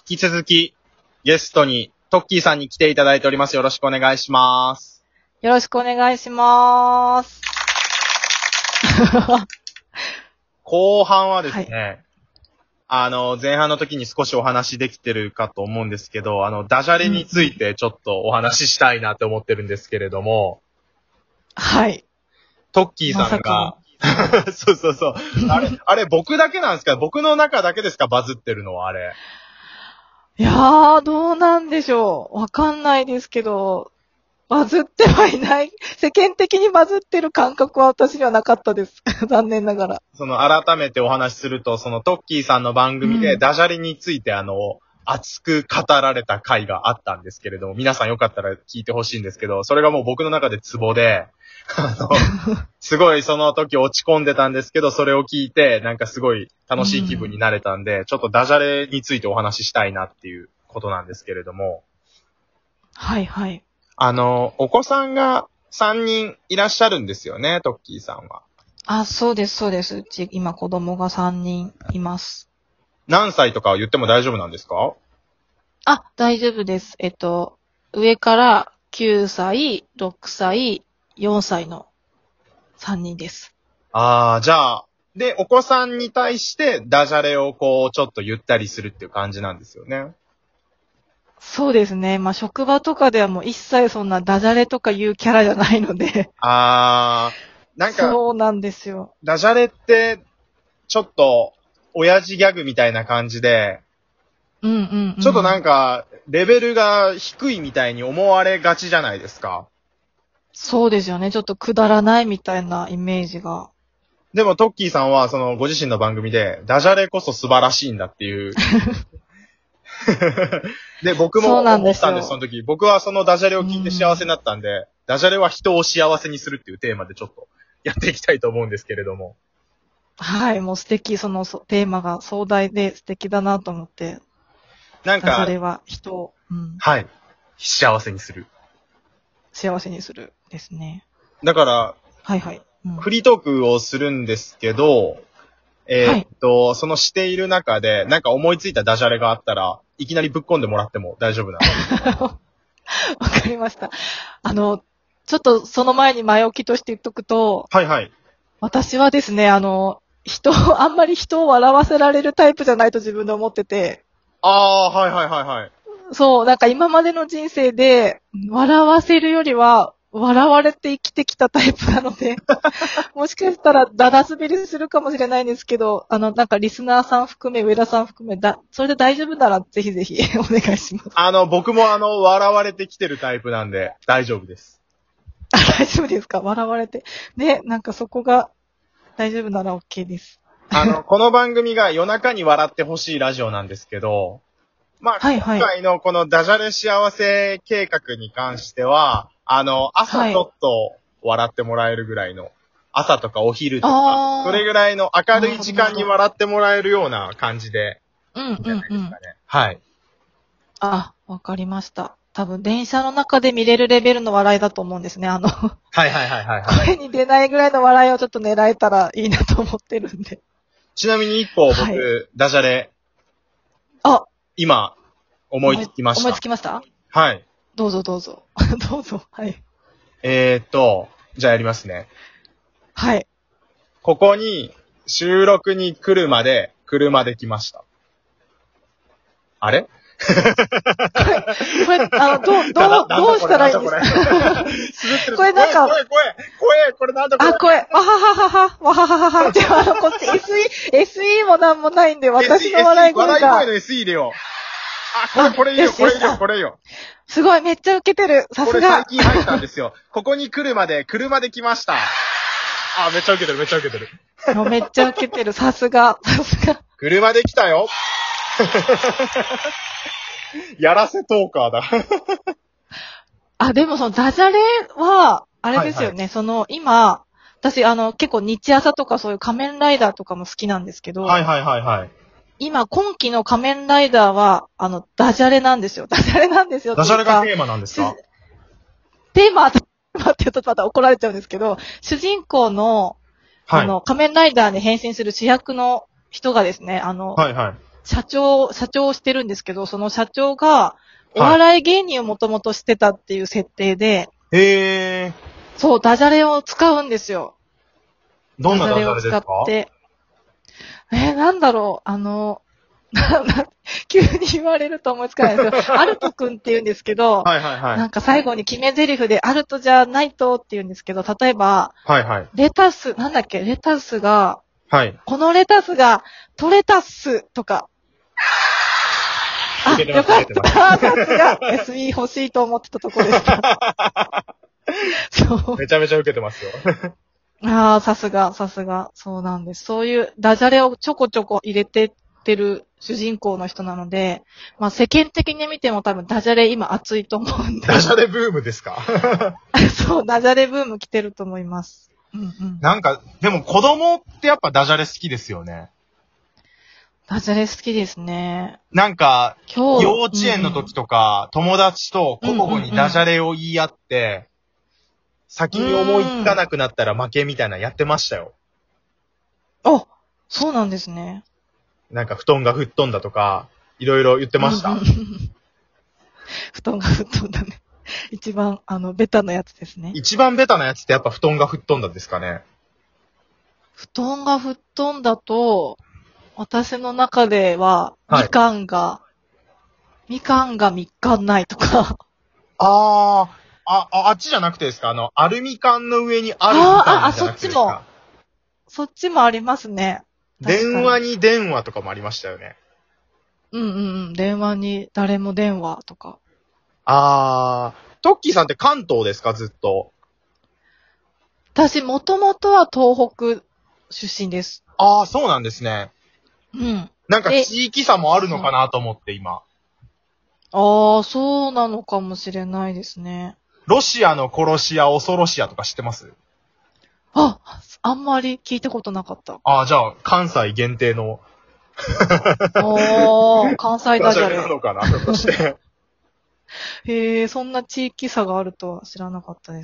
引き続き、ゲストに、トッキーさんに来ていただいております。よろしくお願いします。 よろしくお願いします。 後半はですね、前半の時に少しお話できてるかと思うんですけど、ダジャレについてちょっとお話ししたいなって思ってるんですけれども、 はい。 トッキーさんが、そうそうそう。あれ僕だけなんですか？僕の中だけですか？バズってるのはあれ。 いやー、どうなんでしょう。わかんないですけど、バズってはいない。世間的にバズってる感覚は私にはなかったです。残念ながら。 改めてお話しすると、トッキーさんの番組でダジャレについて熱く語られた回があったんですけれども、皆さんよかったら聞いてほしいんですけど、それがもう僕の中でツボで、すごいその時落ち込んでたんですけど、それを聞いて、なんかすごい楽しい気分になれたんで、ちょっとダジャレについてお話ししたいなっていうことなんですけれども。 はいはい。 お子さんが3人いらっしゃるんですよね、トッキーさんは。 あ、そうです、そうです。うち、今子供が3人います。 何歳とか言っても大丈夫なんですか？ あ、大丈夫です。上から9歳、6歳、4歳の3人です。 じゃあ、で、お子さんに対してダジャレをちょっと言ったりするっていう感じなんですよね。 そうですね。まあ、職場とかではもう一切そんなダジャレとか言うキャラじゃないので。 なんか、 そうなんですよ。 ダジャレって、ちょっと、親父ギャグみたいな感じで、ちょっとなんか、レベルが低いみたいに思われがちじゃないですか。 そうですよね。ちょっとくだらないみたいなイメージが。 でも、トッキーさんは、ご自身の番組で、ダジャレこそ素晴らしいんだっていう。で、僕も思ったんです、その時。僕はそのダジャレを聞いて幸せになったんで、ダジャレは人を幸せにするっていうテーマでちょっとやっていきたいと思うんですけれども。 はい、もう素敵、そのテーマが壮大で素敵だなと思って。 なんか、 ダジャレは人を、 はい。幸せにする。 幸せにするですね。 だから、 はいはい。 フリートークをするんですけど、そのしている中で、なんか思いついたダジャレがあったら、いきなりぶっ込んでもらっても大丈夫なの？ わかりました。ちょっとその前に前置きとして言っとくと、 はいはい。 私はですね、あんまり人を笑わせられるタイプじゃないと自分で思ってて。 はいはいはいはい。 そう、なんか今までの人生で、笑わせるよりは、笑われて生きてきたタイプなので、もしかしたらだだ滑りするかもしれないんですけど、なんかリスナーさん含め、上田さん含め、それで大丈夫ならぜひぜひお願いします。 僕も笑われてきてるタイプなんで、大丈夫です。 大丈夫ですか？笑われて。ね、なんかそこが大丈夫なら OK です。 この番組が夜中に笑ってほしいラジオなんですけど、まあ、 はいはい、 今回のこのダジャレ幸せ計画に関しては、朝ちょっと笑ってもらえるぐらいの、朝とかお昼とか、それぐらいの明るい時間に笑ってもらえるような感じで、はい。 わかりました。多分電車の中で見れるレベルの笑いだと思うんですね。 はい。 声に出ないぐらいの笑いをちょっと狙えたらいいなと思ってるんで。 ちなみに一個僕、ダジャレ。今、思いつきました。 思いつきました？ はい。 どうぞ。どうぞ。はい。 じゃあやりますね。 はい。 ここに、収録に来るまで、車で来ました。あれこれ、どうしたらいいんですか？これなんか、 これなんだこれ。 わはは。じゃあ、こっち SE もなんもないんで、私の笑い声が。 笑い声の SE 入れよう。これいいよ。 すごい、めっちゃウケてる。さすが。 これ最近入ったんですよ。ここに来るまで、車で来ました。めっちゃウケてる。 めっちゃウケてる。さすが。 車で来たよ。やらせトーカーだ。でもそのダジャレは、あれですよね。今、私結構日朝とかそういう仮面ライダーとかも好きなんですけど。 はい。 今、今期の仮面ライダーは、ダジャレなんですよ。ダジャレがテーマなんですか？ テーマって言うとまた怒られちゃうんですけど、主人公の、仮面ライダーに変身する主役の人がですね、 社長をしてるんですけど、その社長が、お笑い芸人をもともとしてたっていう設定で、 へー。 そう、ダジャレを使うんですよ。 どんなダジャレですか？ ダジャレを使って。なんだろう、急に言われると思いつかないですけど、アルト君って言うんですけど、 はいはいはい。 なんか最後に決め台詞で、アルトじゃないとって言うんですけど、例えば、 はいはい。 レタスが、 はい。 このレタスが取れたっすとか。あ、よかった。さすが SE 欲しいと思ってたとこでした。そう。 めちゃめちゃ受けてますよ。 ああ、さすが。そうなんです。そういうダジャレをちょこちょこ入れてってる主人公の人なので、まあ世間的に見ても多分ダジャレ今熱いと思うんで。 ダジャレブームですか？ そう、ダジャレブーム来てると思います。うんうん。 なんか、でも子供ってやっぱダジャレ好きですよね。 ダジャレ好きですね。 なんか、 今日。 幼稚園の時とか、友達と交互にダジャレを言い合って、先に思いつかなくなったら負けみたいなのやってましたよ。 あ、そうなんですね。 なんか布団が吹っ飛んだとか、いろいろ言ってました。 布団が吹っ飛んだね。一番、ベタなやつですね。 一番ベタなやつってやっぱ布団が吹っ飛んだですかね。 布団が吹っ飛んだと、私の中では、 はいみかんがみかんないとか。 あっちじゃなくてですか？アルミ缶の上にあるみたいなじゃなくてですか？ そっちもありますね。 電話に電話とかもありましたよね。 電話に誰も電話とか。 トッキーさんって関東ですか？ずっと。 私、もともとは東北出身です。 そうなんですね。 うん。 なんか地域差もあるのかなと思って今。 そうなのかもしれないですね。 ロシアの殺し屋、恐ろしやとか知ってます？ あんまり聞いたことなかった。 じゃあ、関西限定の。 関西ダジャレ。 なのかな、ひょっとして。 へえ、そんな地域差があるとは知らなかったです。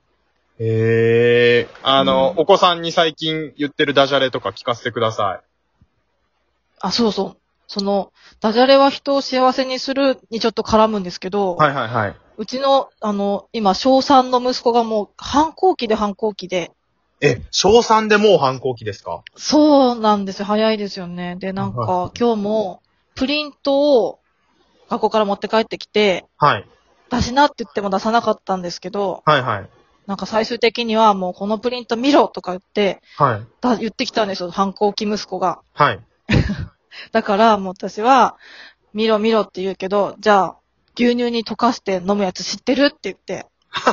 お子さんに最近言ってるダジャレとか聞かせてください。 そうそう。その、ダジャレは人を幸せにするにちょっと絡むんですけど、 はいはいはい。 うちの、今、小3の息子がもう反抗期で。 小3でもう反抗期ですか？ そうなんですよ。早いですよね。で、なんか、今日も、プリントを学校から持って帰ってきて、 はい。 出しなって言っても出さなかったんですけど、 はいはい。 なんか最終的にはもうこのプリント見ろとか言って、 はい。 言ってきたんですよ。反抗期息子が。 はい。 だからもう私は、見ろって言うけど、じゃあ、牛乳に溶かして飲むやつ知ってるって言って、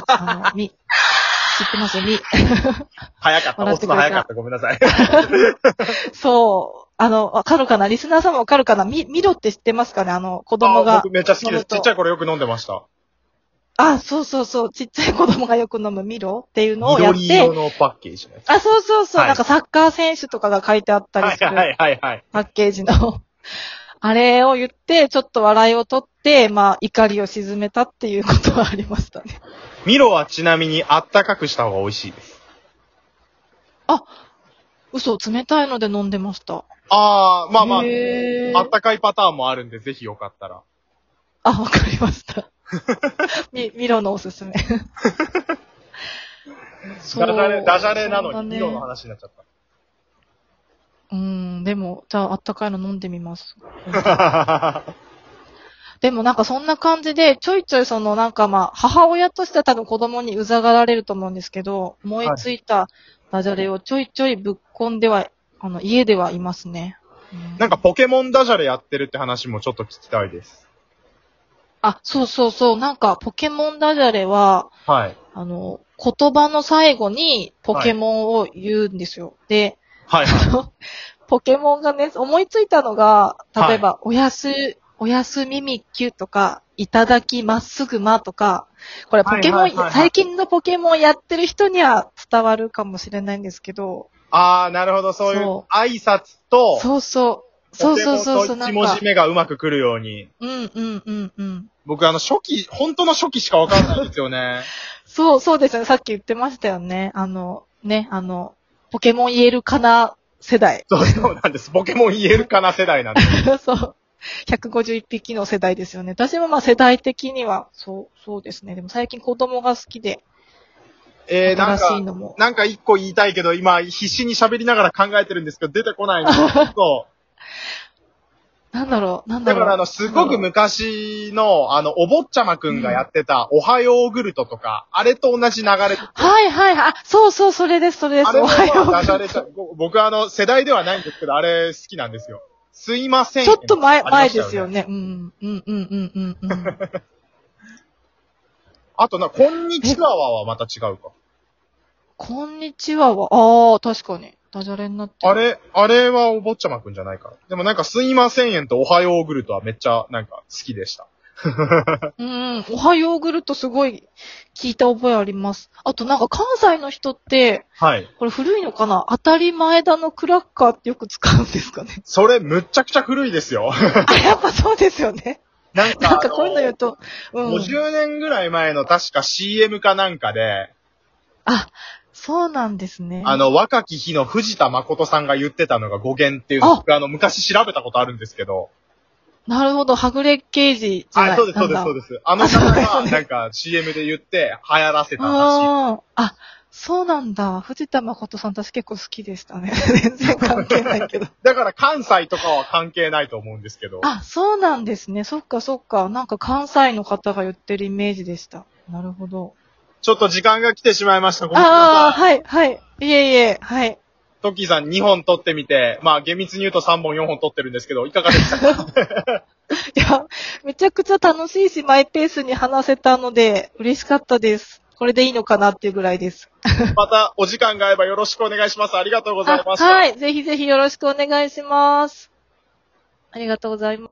知ってますよ、 早かった。押すの早かった。ごめんなさい。 そう。わかるかなリスナーさんもわかるかなミロって知ってますかね子供が。 僕めっちゃ好きです。ちっちゃい頃よく飲んでました。 そう。ちっちゃい子供がよく飲むミロっていうのをやって。 緑色のパッケージのやつ。 そう。はい、なんかサッカー選手とかが書いてあったりする。 はい。 パッケージの。あれを言って、ちょっと笑いを取って、怒りを鎮めたっていうことはありましたね。 ミロはちなみにあったかくした方が美味しいです。 嘘、冷たいので飲んでました。 あったかいパターンもあるんで、ぜひよかったら。 わかりました。ミロのおすすめ。 ダジャレなのにミロの話になっちゃった。 でも、じゃあ、あったかいの飲んでみます。でもなんかそんな感じで、ちょいちょい母親としては多分子供にうざがられると思うんですけど、思いついたダジャレをちょいちょいぶっ込んでは、家ではいますね。 なんかポケモンダジャレやってるって話もちょっと聞きたいです。 そう。なんかポケモンダジャレは、 はい。 言葉の最後にポケモンを言うんですよ。で、 はい。 ポケモンがね、思いついたのが、例えば、おやすみみっきゅとか、いただきまっすぐまとか、これポケモン、最近のポケモンやってる人には伝わるかもしれないんですけど。 なるほど、そういう挨拶と、 そう。 1文字目がうまく来るように。僕本当の初期しかわかんないんですよね。 そうですよね。さっき言ってましたよね。ポケモン言えるかな世代。 そうなんです。ポケモン言えるかな世代なんです。 そう。151匹の世代ですよね。私もまあ世代的には、そうですね。でも最近子供が好きで、新しいのも。 なんか一個言いたいけど、今必死に喋りながら考えてるんですけど、出てこないんです。そう。 なんだろう。 だからすごく昔の、お坊ちゃまくんがやってた、おはようグルトとか、あれと同じ流れで。 はいはいはい。そうそう、それです。 あれもダジャレ僕世代ではないんですけど、あれ好きなんですよ。すいません。 ちょっと前ですよね。うん。 あとこんにちははまた違うか。 こんにちはは、確かに。ダジャレになってる。 あれはお坊ちゃまくんじゃないか。でもすいませんとおはようグルトはめっちゃ好きでした。 おはようグルトすごい聞いた覚えあります。あと関西の人って、 はい。 これ古いのかな？当たり前だのクラッカーってよく使うんですかね。 それむっちゃくちゃ古いですよ。 やっぱそうですよね。こういうの言うと、 50年ぐらい前の確か CM かなんかで、 そうなんですね。 若き日の藤田誠さんが言ってたのが語源っていうのを昔調べたことあるんですけど。 なるほど、はぐれ刑事じゃない。 そうです。方がCM で言って流行らせたらしい。 そうなんだ。藤田誠さん私結構好きでしたね。全然関係ないけど。 だから関西とかは関係ないと思うんですけど。 そうなんですね。そっか。関西の方が言ってるイメージでした。なるほど。 ちょっと時間が来てしまいました。ごめんなさい。はい。いえ、はい。 トッキーさん2本撮ってみて、厳密に言うと3本4本撮ってるんですけど、いかがでしたか？ いや、めちゃくちゃ楽しいし、マイペースに話せたので、嬉しかったです。これでいいのかなっていうぐらいです。 また、お時間が合えばよろしくお願いします。ありがとうございました。 はい。ぜひぜひよろしくお願いします。ありがとうございます。